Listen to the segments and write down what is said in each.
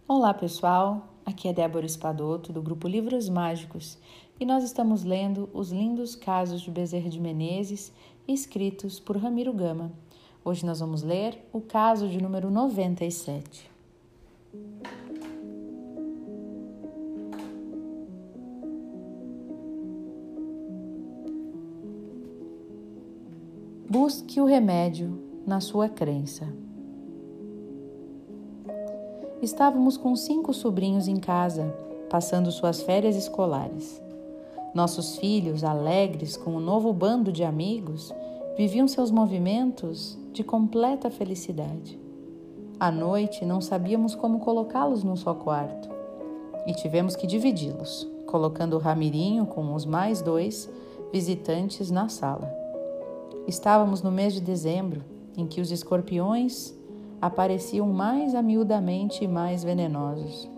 Olá pessoal, aqui é Débora Espadoto do grupo Livros Mágicos e nós estamos lendo Os Lindos Casos de Bezerra de Menezes, escritos por Ramiro Gama. Hoje nós vamos ler o caso de número 97. Busque o remédio na sua crença. Estávamos com 5 sobrinhos em casa, passando suas férias escolares. Nossos filhos, alegres com o novo bando de amigos, viviam seus movimentos de completa felicidade. À noite, não sabíamos como colocá-los num só quarto e tivemos que dividi-los, colocando o Ramirinho com os mais 2 visitantes na sala. Estávamos no mês de dezembro, em que os escorpiões apareciam mais amiudamente e mais venenosos.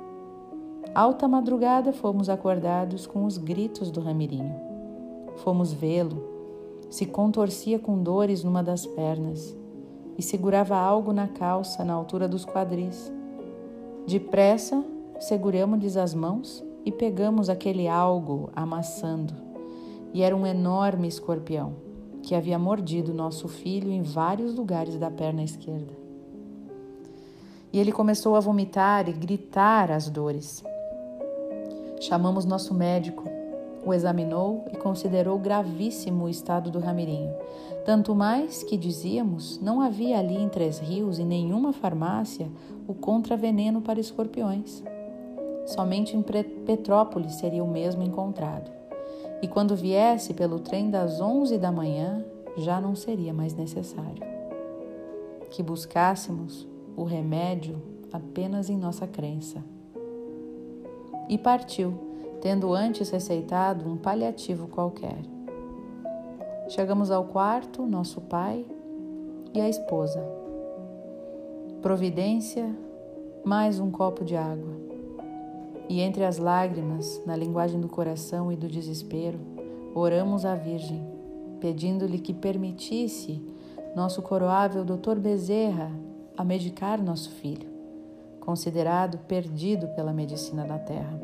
Alta madrugada fomos acordados com os gritos do Ramirinho. Fomos vê-lo. Se contorcia com dores numa das pernas e segurava algo na calça na altura dos quadris. Depressa, seguramos-lhes as mãos e pegamos aquele algo amassando. E era um enorme escorpião que havia mordido nosso filho em vários lugares da perna esquerda. E ele começou a vomitar e gritar as dores. Chamamos nosso médico, o examinou e considerou gravíssimo o estado do Ramirinho. Tanto mais que, dizíamos, não havia ali em Três Rios, em nenhuma farmácia, o contraveneno para escorpiões. Somente em Petrópolis seria o mesmo encontrado. E quando viesse pelo trem das 11 da manhã, já não seria mais necessário. Que buscássemos o remédio apenas em nossa crença. E partiu, tendo antes receitado um paliativo qualquer. Chegamos ao quarto, nosso pai e a esposa. Providência, mais um copo de água. E entre as lágrimas, na linguagem do coração e do desespero, oramos à Virgem, pedindo-lhe que permitisse nosso coroável Dr. Bezerra a medicar nosso filho, considerado perdido pela medicina da terra.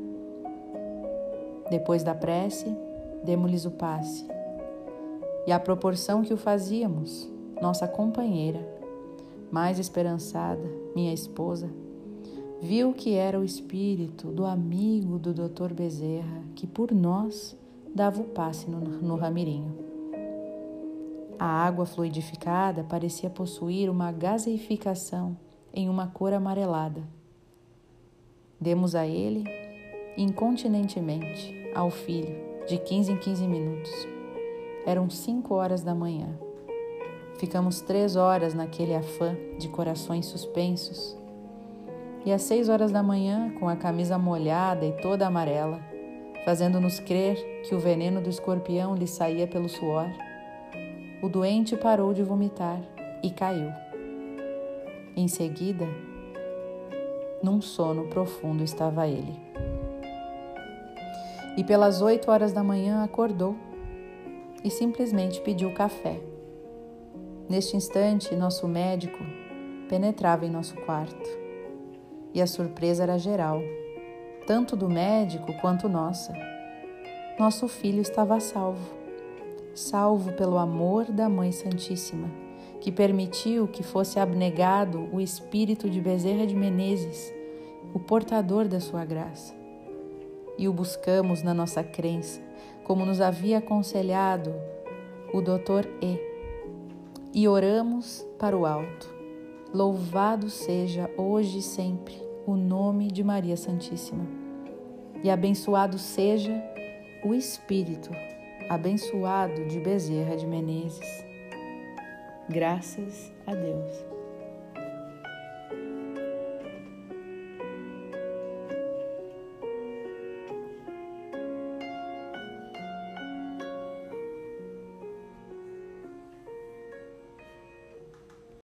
Depois da prece, demos-lhes o passe. E à proporção que o fazíamos, nossa companheira, mais esperançada, minha esposa, viu que era o espírito do amigo do Dr. Bezerra que por nós dava o passe no Ramirinho. A água fluidificada parecia possuir uma gaseificação em uma cor amarelada. Demos a ele, incontinentemente, ao filho, de 15 em 15 minutos. Eram 5 horas da manhã. Ficamos 3 horas naquele afã de corações suspensos. E às 6 horas da manhã, com a camisa molhada e toda amarela, fazendo-nos crer que o veneno do escorpião lhe saía pelo suor, o doente parou de vomitar e caiu. Em seguida, num sono profundo estava ele. E pelas 8 horas da manhã acordou e simplesmente pediu café. Neste instante, nosso médico penetrava em nosso quarto. E a surpresa era geral, tanto do médico quanto nossa. Nosso filho estava salvo pelo amor da Mãe Santíssima, que permitiu que fosse abnegado o espírito de Bezerra de Menezes, o portador da sua graça. E o buscamos na nossa crença, como nos havia aconselhado o Dr. E. E oramos para o alto. Louvado seja hoje e sempre o nome de Maria Santíssima. E abençoado seja o espírito abençoado de Bezerra de Menezes. Graças a Deus.